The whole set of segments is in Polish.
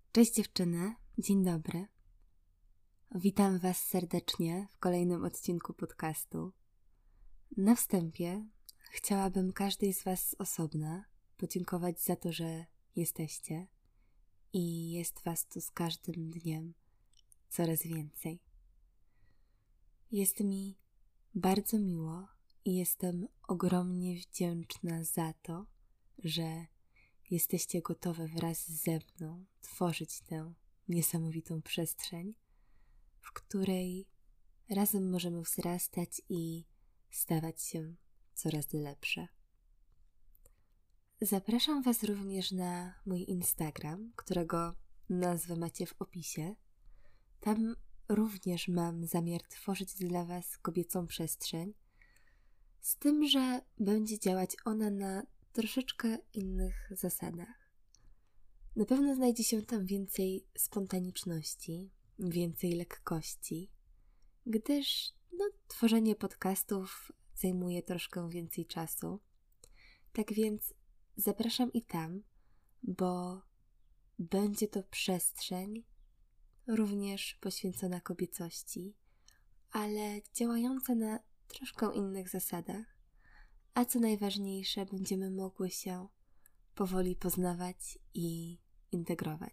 Cześć dziewczyny, dzień dobry. Witam Was serdecznie w kolejnym odcinku podcastu. Na wstępie chciałabym każdej z Was z osobna podziękować za to, że jesteście i jest Was tu z każdym dniem coraz więcej. Jest mi bardzo miło i jestem ogromnie wdzięczna za to, że jesteście gotowe wraz ze mną tworzyć tę niesamowitą przestrzeń, w której razem możemy wzrastać i stawać się coraz lepsze. Zapraszam Was również na mój Instagram, którego nazwę macie w opisie. Tam również mam zamiar tworzyć dla Was kobiecą przestrzeń, z tym, że będzie działać ona na troszeczkę innych zasadach. Na pewno znajdzie się tam więcej spontaniczności, więcej lekkości, gdyż tworzenie podcastów zajmuje troszkę więcej czasu. Tak więc zapraszam i tam, bo będzie to przestrzeń również poświęcona kobiecości, ale działająca na troszkę innych zasadach. A co najważniejsze, będziemy mogły się powoli poznawać i integrować.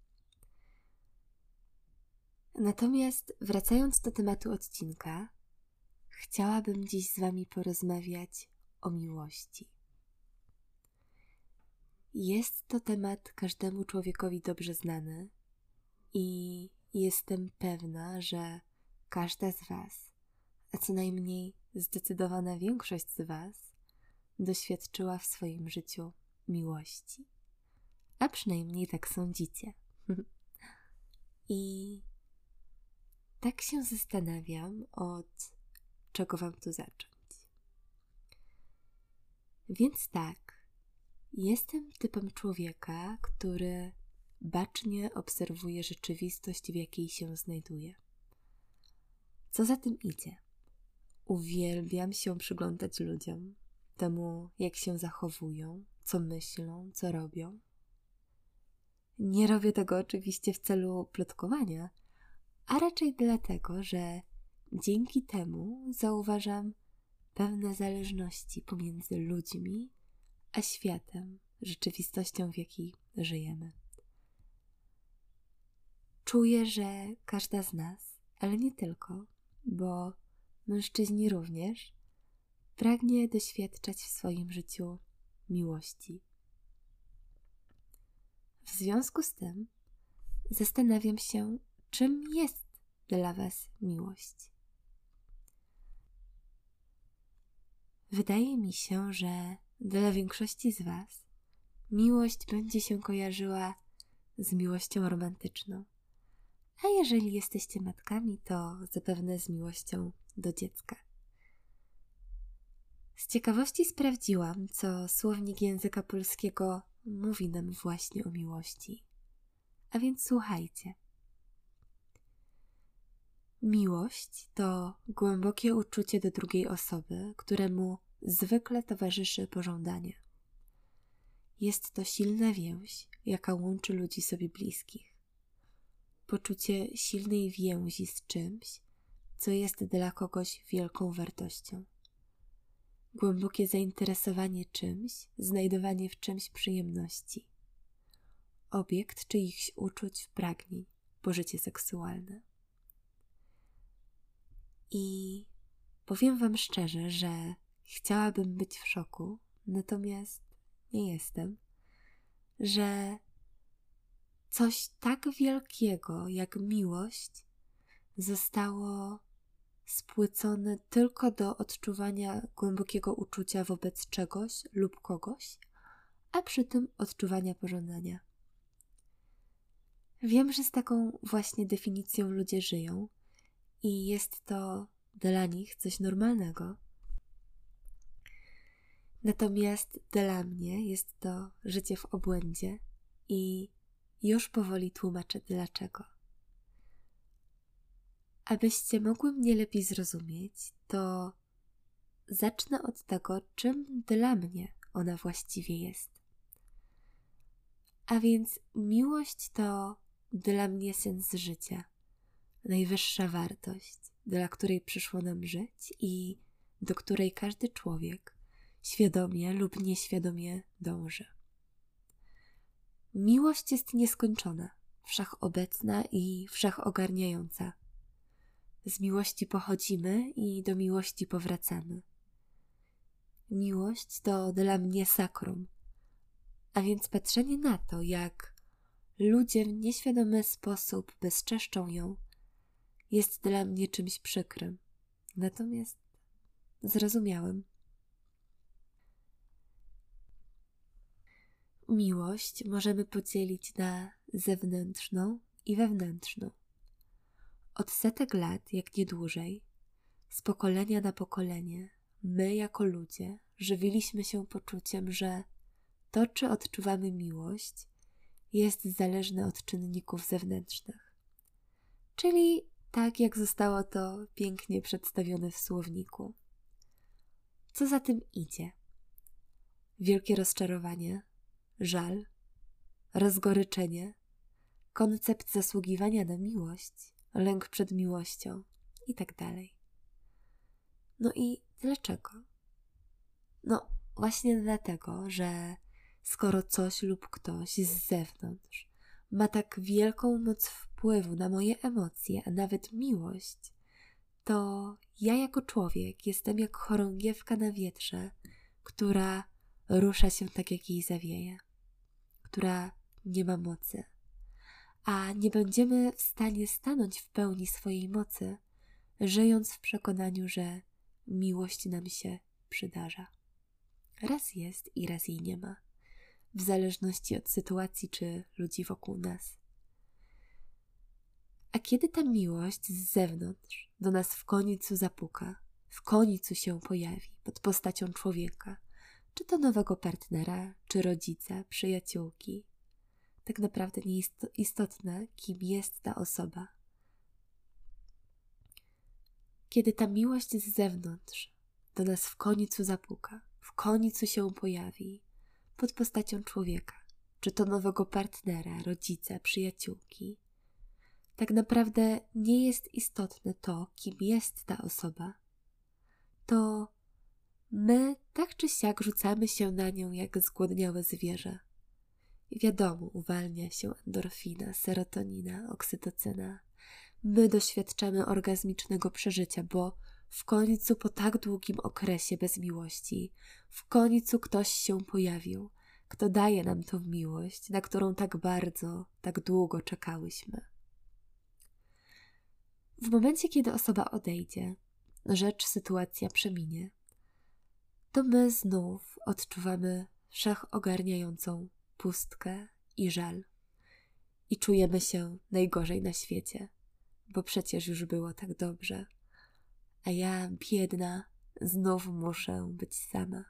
Natomiast wracając do tematu odcinka, chciałabym dziś z Wami porozmawiać o miłości. Jest to temat każdemu człowiekowi dobrze znany i jestem pewna, że każda z Was, a co najmniej zdecydowana większość z Was, doświadczyła w swoim życiu miłości. A przynajmniej tak sądzicie. I tak się zastanawiam, od czego Wam tu zacząć. Więc tak, jestem typem człowieka, który bacznie obserwuje rzeczywistość, w jakiej się znajduje. Co za tym idzie? Uwielbiam się przyglądać ludziom, temu jak się zachowują, co myślą, co robią. Nie robię tego oczywiście w celu plotkowania, a raczej dlatego, że dzięki temu zauważam pewne zależności pomiędzy ludźmi a światem, rzeczywistością, w jakiej żyjemy. Czuję, że każda z nas, ale nie tylko, bo mężczyźni również, pragnie doświadczać w swoim życiu miłości. W związku z tym zastanawiam się, czym jest dla Was miłość. Wydaje mi się, że dla większości z Was miłość będzie się kojarzyła z miłością romantyczną, a jeżeli jesteście matkami, to zapewne z miłością do dziecka. Z ciekawości sprawdziłam, co słownik języka polskiego mówi nam właśnie o miłości. A więc słuchajcie. Miłość to głębokie uczucie do drugiej osoby, któremu zwykle towarzyszy pożądanie. Jest to silna więź, jaka łączy ludzi sobie bliskich. Poczucie silnej więzi z czymś, co jest dla kogoś wielką wartością. Głębokie zainteresowanie czymś, znajdowanie w czymś przyjemności. Obiekt czyichś uczuć, pragnień, pożycie seksualne. I powiem Wam szczerze, że chciałabym być w szoku, natomiast nie jestem, że coś tak wielkiego jak miłość zostało spłycone tylko do odczuwania głębokiego uczucia wobec czegoś lub kogoś, a przy tym odczuwania pożądania. Wiem, że z taką właśnie definicją ludzie żyją i jest to dla nich coś normalnego. Natomiast dla mnie jest to życie w obłędzie i już powoli tłumaczę dlaczego. Abyście mogły mnie lepiej zrozumieć, to zacznę od tego, czym dla mnie ona właściwie jest. A więc miłość to dla mnie sens życia, najwyższa wartość, dla której przyszło nam żyć i do której każdy człowiek świadomie lub nieświadomie dąży. Miłość jest nieskończona, wszechobecna i wszechogarniająca. Z miłości pochodzimy i do miłości powracamy. Miłość to dla mnie sakrum, a więc patrzenie na to, jak ludzie w nieświadomy sposób bezczeszczą ją, jest dla mnie czymś przykrym, natomiast zrozumiałym. Miłość możemy podzielić na zewnętrzną i wewnętrzną. Od setek lat, jak nie dłużej, z pokolenia na pokolenie, my jako ludzie żywiliśmy się poczuciem, że to, czy odczuwamy miłość, jest zależne od czynników zewnętrznych. Czyli tak, jak zostało to pięknie przedstawione w słowniku. Co za tym idzie? Wielkie rozczarowanie, żal, rozgoryczenie, koncept zasługiwania na miłość, lęk przed miłością i tak dalej. No i dlaczego? No właśnie dlatego, że skoro coś lub ktoś z zewnątrz ma tak wielką moc wpływu na moje emocje, a nawet miłość, to ja jako człowiek jestem jak chorągiewka na wietrze, która rusza się tak, jak jej zawieje, która nie ma mocy. A nie będziemy w stanie stanąć w pełni swojej mocy, żyjąc w przekonaniu, że miłość nam się przydarza. Raz jest i raz jej nie ma, w zależności od sytuacji czy ludzi wokół nas. A kiedy ta miłość z zewnątrz do nas w końcu zapuka, w końcu się pojawi pod postacią człowieka, czy to nowego partnera, czy rodzica, przyjaciółki, tak naprawdę nie jest istotne, kim jest ta osoba. Kiedy ta miłość z zewnątrz do nas w końcu zapuka, w końcu się pojawi pod postacią człowieka, czy to nowego partnera, rodzica, przyjaciółki, tak naprawdę nie jest istotne to, kim jest ta osoba. To my tak czy siak rzucamy się na nią jak zgłodniałe zwierzę. I wiadomo, uwalnia się endorfina, serotonina, oksytocyna. My doświadczamy orgazmicznego przeżycia, bo w końcu po tak długim okresie bez miłości, w końcu ktoś się pojawił, kto daje nam tą miłość, na którą tak bardzo, tak długo czekałyśmy. W momencie, kiedy osoba odejdzie, sytuacja przeminie, to my znów odczuwamy wszechogarniającą pustkę i żal. I czujemy się najgorzej na świecie, bo przecież już było tak dobrze. A ja, biedna, znów muszę być sama.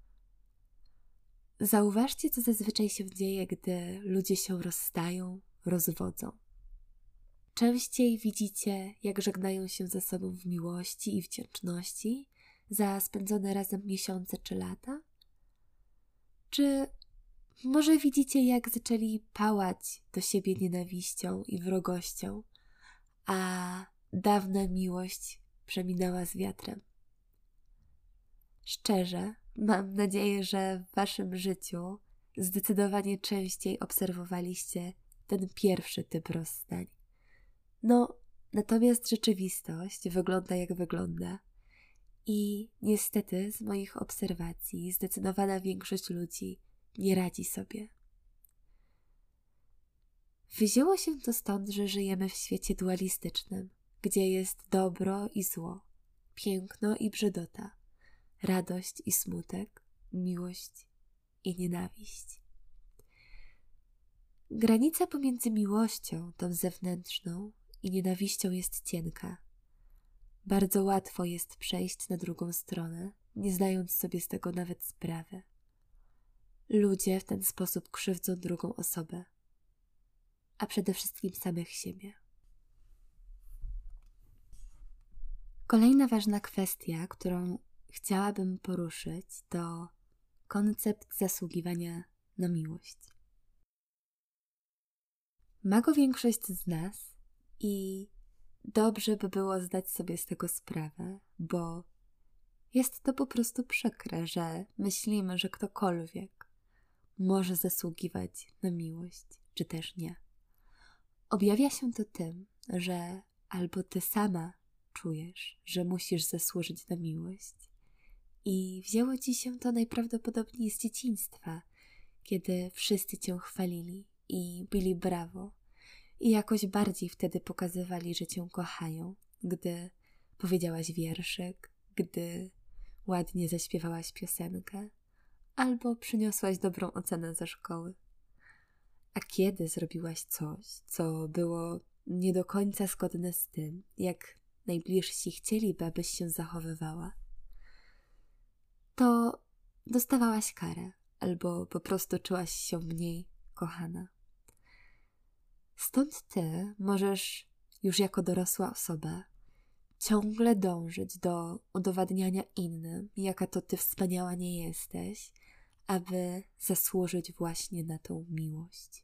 Zauważcie, co zazwyczaj się dzieje, gdy ludzie się rozstają, rozwodzą. Częściej widzicie, jak żegnają się ze sobą w miłości i wdzięczności za spędzone razem miesiące czy lata? Czy może widzicie, jak zaczęli pałać do siebie nienawiścią i wrogością, a dawna miłość przeminęła z wiatrem? Szczerze, mam nadzieję, że w waszym życiu zdecydowanie częściej obserwowaliście ten pierwszy typ rozstań. Natomiast rzeczywistość wygląda jak wygląda i niestety z moich obserwacji zdecydowana większość ludzi nie radzi sobie. Wzięło się to stąd, że żyjemy w świecie dualistycznym, gdzie jest dobro i zło, piękno i brzydota, radość i smutek, miłość i nienawiść. Granica pomiędzy miłością, tą zewnętrzną, i nienawiścią jest cienka. Bardzo łatwo jest przejść na drugą stronę, nie zdając sobie z tego nawet sprawy. Ludzie w ten sposób krzywdzą drugą osobę, a przede wszystkim samych siebie. Kolejna ważna kwestia, którą chciałabym poruszyć, to koncept zasługiwania na miłość. Ma go większość z nas i dobrze by było zdać sobie z tego sprawę, bo jest to po prostu przykre, że myślimy, że ktokolwiek może zasługiwać na miłość, czy też nie. Objawia się to tym, że albo ty sama czujesz, że musisz zasłużyć na miłość i wzięło ci się to najprawdopodobniej z dzieciństwa, kiedy wszyscy cię chwalili i bili brawo i jakoś bardziej wtedy pokazywali, że cię kochają, gdy powiedziałaś wierszyk, gdy ładnie zaśpiewałaś piosenkę albo przyniosłaś dobrą ocenę ze szkoły. A kiedy zrobiłaś coś, co było nie do końca zgodne z tym, jak najbliżsi chcieliby, abyś się zachowywała, to dostawałaś karę albo po prostu czułaś się mniej kochana. Stąd ty możesz już jako dorosła osoba ciągle dążyć do udowadniania innym, jaka to ty wspaniała nie jesteś, aby zasłużyć właśnie na tą miłość.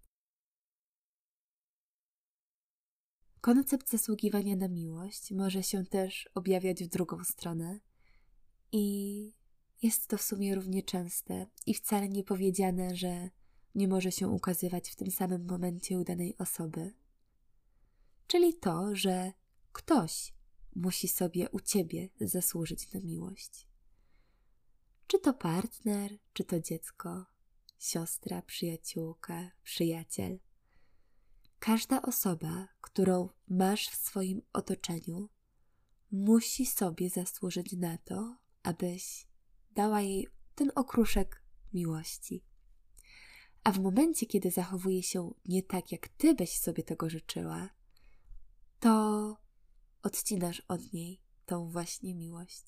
Koncept zasługiwania na miłość może się też objawiać w drugą stronę i jest to w sumie równie częste i wcale nie powiedziane, że nie może się ukazywać w tym samym momencie u danej osoby. Czyli to, że ktoś musi sobie u ciebie zasłużyć na miłość. Czy to partner, czy to dziecko, siostra, przyjaciółka, przyjaciel. Każda osoba, którą masz w swoim otoczeniu, musi sobie zasłużyć na to, abyś dała jej ten okruszek miłości. A w momencie, kiedy zachowuje się nie tak, jak ty byś sobie tego życzyła, to odcinasz od niej tą właśnie miłość.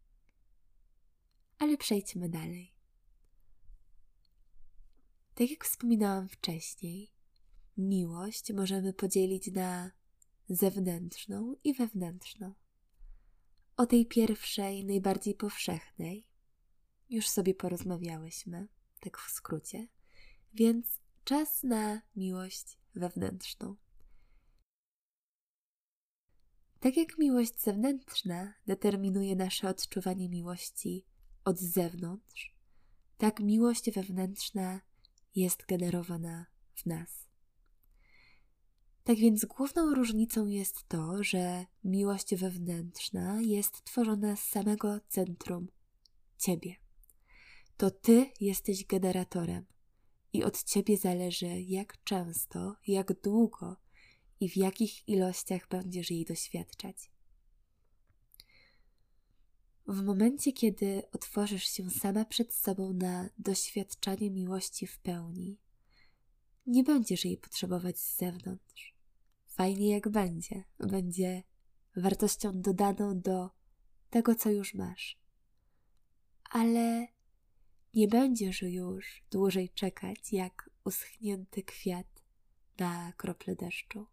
Ale przejdźmy dalej. Tak jak wspominałam wcześniej, miłość możemy podzielić na zewnętrzną i wewnętrzną. O tej pierwszej, najbardziej powszechnej, już sobie porozmawiałyśmy, tak w skrócie, więc czas na miłość wewnętrzną. Tak jak miłość zewnętrzna determinuje nasze odczuwanie miłości od zewnątrz, tak miłość wewnętrzna jest generowana w nas. Tak więc główną różnicą jest to, że miłość wewnętrzna jest tworzona z samego centrum ciebie. To ty jesteś generatorem i od ciebie zależy, jak często, jak długo i w jakich ilościach będziesz jej doświadczać. W momencie, kiedy otworzysz się sama przed sobą na doświadczanie miłości w pełni, nie będziesz jej potrzebować z zewnątrz. Fajnie jak będzie. Będzie wartością dodaną do tego, co już masz. Ale nie będziesz już dłużej czekać jak uschnięty kwiat na krople deszczu.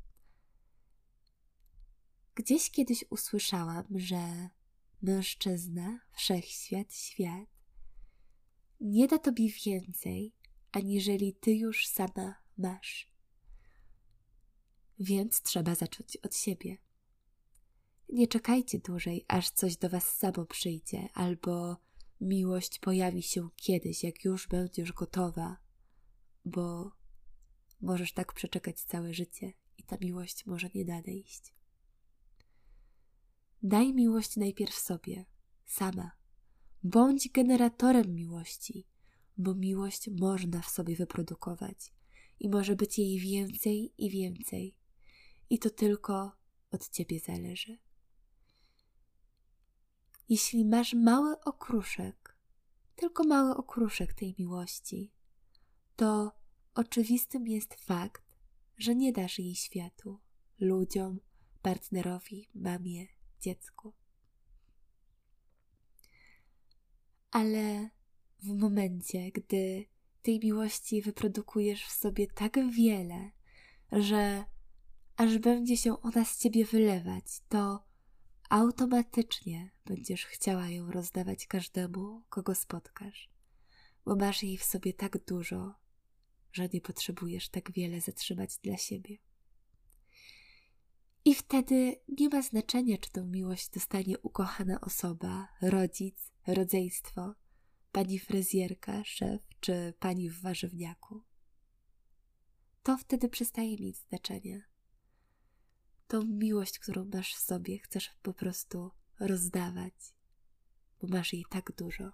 Gdzieś kiedyś usłyszałam, że mężczyzna, wszechświat, świat nie da tobie więcej, aniżeli ty już sama masz. Więc trzeba zacząć od siebie. Nie czekajcie dłużej, aż coś do was samo przyjdzie, albo miłość pojawi się kiedyś, jak już będziesz gotowa, bo możesz tak przeczekać całe życie i ta miłość może nie nadejść. Daj miłość najpierw sobie, sama. Bądź generatorem miłości, bo miłość można w sobie wyprodukować i może być jej więcej i więcej. I to tylko od ciebie zależy. Jeśli masz mały okruszek, tylko mały okruszek tej miłości, to oczywistym jest fakt, że nie dasz jej światu, ludziom, partnerowi, mamie, dziecku. Ale w momencie, gdy tej miłości wyprodukujesz w sobie tak wiele, że aż będzie się ona z ciebie wylewać, to automatycznie będziesz chciała ją rozdawać każdemu, kogo spotkasz, bo masz jej w sobie tak dużo, że nie potrzebujesz tak wiele zatrzymać dla siebie. I wtedy nie ma znaczenia, czy tą miłość dostanie ukochana osoba, rodzic, rodzeństwo, pani fryzjerka, szef czy pani w warzywniaku. To wtedy przestaje mieć znaczenie. Tą miłość, którą masz w sobie, chcesz po prostu rozdawać, bo masz jej tak dużo.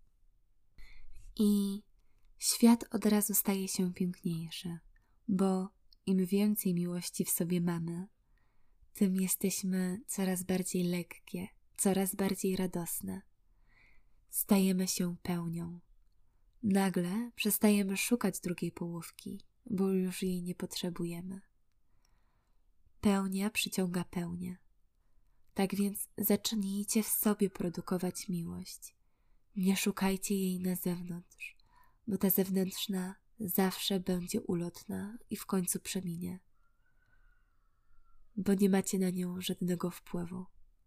I świat od razu staje się piękniejszy, bo im więcej miłości w sobie mamy, tym jesteśmy coraz bardziej lekkie, coraz bardziej radosne. Stajemy się pełnią. Nagle przestajemy szukać drugiej połówki, bo już jej nie potrzebujemy. Pełnia przyciąga pełnię. Tak więc zacznijcie w sobie produkować miłość. Nie szukajcie jej na zewnątrz, bo ta zewnętrzna zawsze będzie ulotna i w końcu przeminie, bo nie macie na nią żadnego wpływu.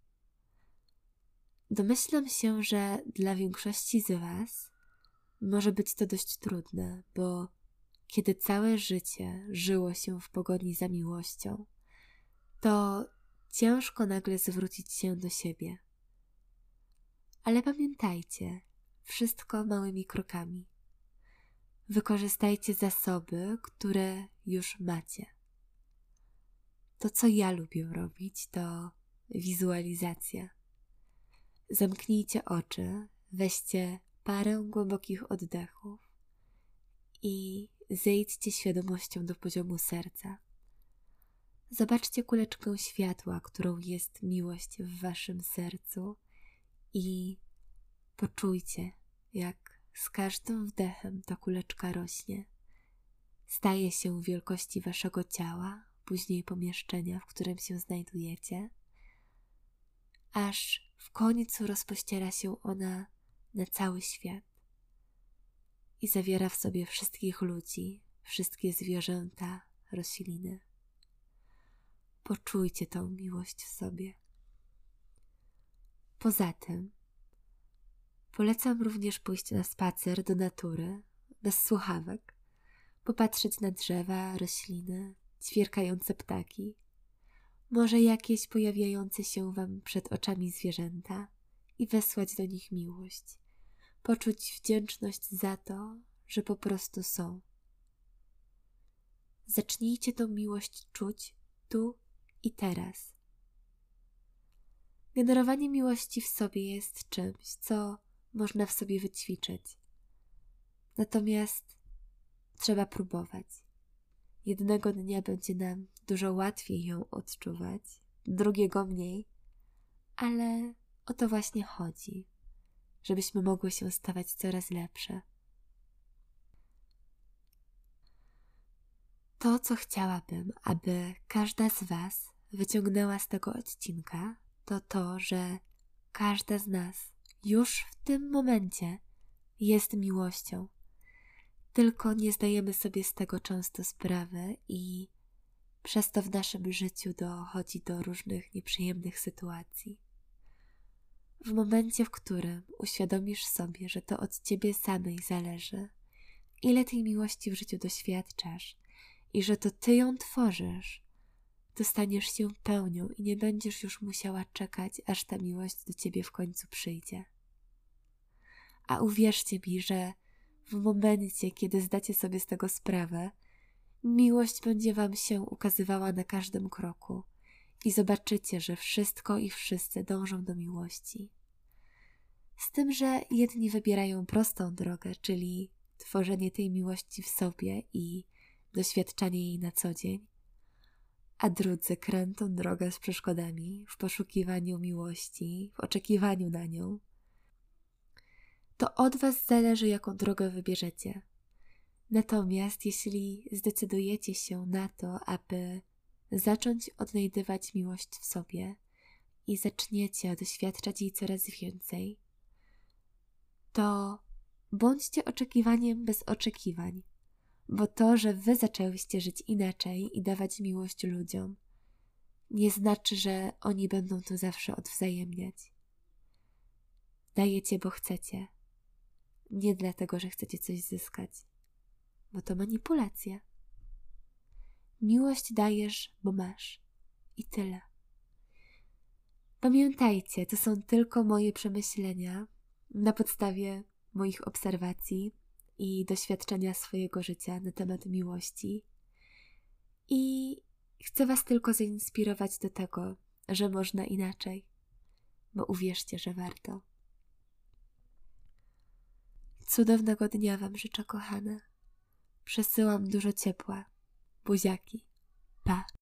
Domyślam się, że dla większości z Was może być to dość trudne, bo kiedy całe życie żyło się w pogoni za miłością, to ciężko nagle zwrócić się do siebie. Ale pamiętajcie, wszystko małymi krokami. Wykorzystajcie zasoby, które już macie. To, co ja lubię robić, to wizualizacja. Zamknijcie oczy, weźcie parę głębokich oddechów i zejdźcie świadomością do poziomu serca. Zobaczcie kuleczkę światła, którą jest miłość w waszym sercu i poczujcie, jak z każdym wdechem ta kuleczka rośnie. Staje się wielkości waszego ciała, później pomieszczenia, w którym się znajdujecie, aż w końcu rozpościera się ona na cały świat i zawiera w sobie wszystkich ludzi, wszystkie zwierzęta, rośliny. Poczujcie tą miłość w sobie. Poza tym polecam również pójść na spacer do natury, bez słuchawek, popatrzeć na drzewa, rośliny, ćwierkające ptaki, może jakieś pojawiające się wam przed oczami zwierzęta i wesłać do nich miłość, poczuć wdzięczność za to, że po prostu są. Zacznijcie tą miłość czuć tu i teraz. Generowanie miłości w sobie jest czymś, co można w sobie wyćwiczyć. Natomiast trzeba próbować. Jednego dnia będzie nam dużo łatwiej ją odczuwać, drugiego mniej, ale o to właśnie chodzi, żebyśmy mogły się stawać coraz lepsze. To, co chciałabym, aby każda z Was wyciągnęła z tego odcinka, to to, że każda z nas już w tym momencie jest miłością. Tylko nie zdajemy sobie z tego często sprawy i przez to w naszym życiu dochodzi do różnych nieprzyjemnych sytuacji. W momencie, w którym uświadomisz sobie, że to od Ciebie samej zależy, ile tej miłości w życiu doświadczasz i że to Ty ją tworzysz, to staniesz się pełnią i nie będziesz już musiała czekać, aż ta miłość do Ciebie w końcu przyjdzie. A uwierzcie mi, że w momencie, kiedy zdacie sobie z tego sprawę, miłość będzie Wam się ukazywała na każdym kroku i zobaczycie, że wszystko i wszyscy dążą do miłości. Z tym, że jedni wybierają prostą drogę, czyli tworzenie tej miłości w sobie i doświadczanie jej na co dzień, a drudzy krętą drogę z przeszkodami w poszukiwaniu miłości, w oczekiwaniu na nią. To od Was zależy, jaką drogę wybierzecie. Natomiast jeśli zdecydujecie się na to, aby zacząć odnajdywać miłość w sobie i zaczniecie doświadczać jej coraz więcej, to bądźcie oczekiwaniem bez oczekiwań, bo to, że Wy zaczęłyście żyć inaczej i dawać miłość ludziom, nie znaczy, że oni będą to zawsze odwzajemniać. Dajecie, bo chcecie. Nie dlatego, że chcecie coś zyskać. bo to manipulacja. Miłość dajesz, bo masz. I tyle. Pamiętajcie, to są tylko moje przemyślenia na podstawie moich obserwacji i doświadczenia swojego życia na temat miłości. I chcę Was tylko zainspirować do tego, że można inaczej, bo uwierzcie, że warto. Cudownego dnia Wam życzę, kochane. Przesyłam dużo ciepła. Buziaki. Pa.